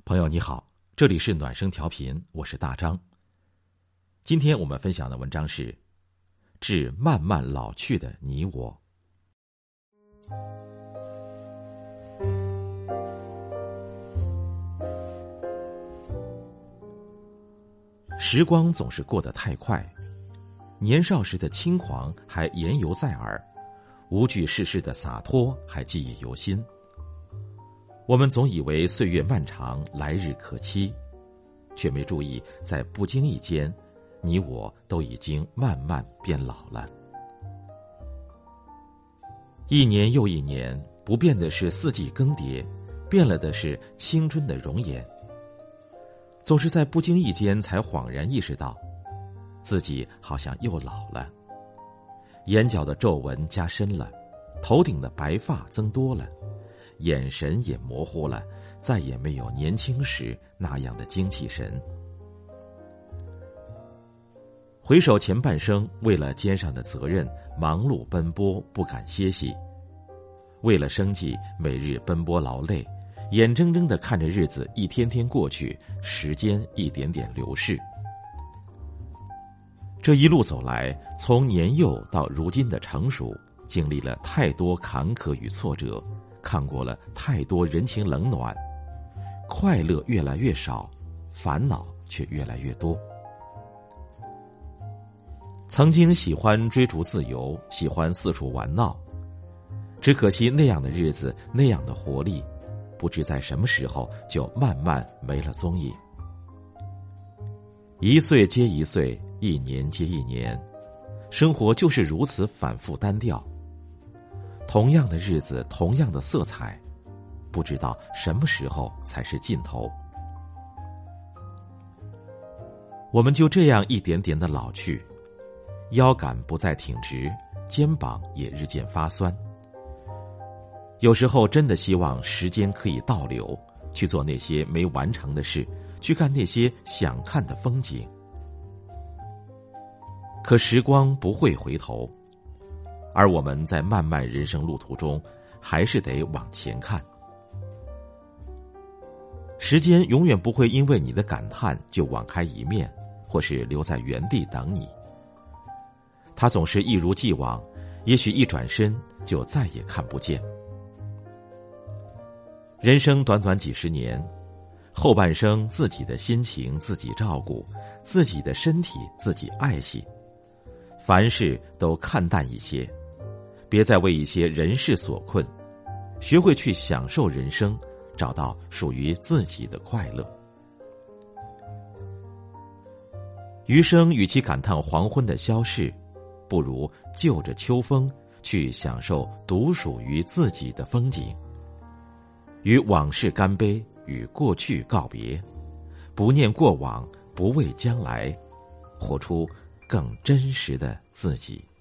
朋友你好，这里是暖声调频，我是大张。今天我们分享的文章是《致慢慢老去的你我》。时光总是过得太快，年少时的轻狂还言犹在耳，无惧世事的洒脱还记忆犹新。我们总以为岁月漫长，来日可期，却没注意在不经意间，你我都已经慢慢变老了。一年又一年，不变的是四季更迭，变了的是青春的容颜。总是在不经意间才恍然意识到，自己好像又老了。眼角的皱纹加深了，头顶的白发增多了，眼神也模糊了，再也没有年轻时那样的精气神。回首前半生，为了肩上的责任，忙碌奔波，不敢歇息；为了生计，每日奔波劳累，眼睁睁地看着日子一天天过去，时间一点点流逝。这一路走来，从年幼到如今的成熟，经历了太多坎坷与挫折，看过了太多人情冷暖，快乐越来越少，烦恼却越来越多。曾经喜欢追逐自由，喜欢四处玩闹，只可惜那样的日子，那样的活力，不知在什么时候就慢慢没了踪影。一岁接一岁，一年接一年，生活就是如此反复单调。同样的日子，同样的色彩，不知道什么时候才是尽头。我们就这样一点点的老去，腰杆不再挺直，肩膀也日渐发酸。有时候真的希望时间可以倒流，去做那些没完成的事，去看那些想看的风景。可时光不会回头，而我们在漫漫人生路途中，还是得往前看。时间永远不会因为你的感叹就网开一面，或是留在原地等你。它总是一如既往，也许一转身就再也看不见。人生短短几十年，后半生自己的心情自己照顾，自己的身体自己爱惜，凡事都看淡一些，别再为一些人事所困，学会去享受人生，找到属于自己的快乐。余生与其感叹黄昏的消逝，不如就着秋风去享受独属于自己的风景。与往事干杯，与过去告别，不念过往，不畏将来，活出更真实的自己。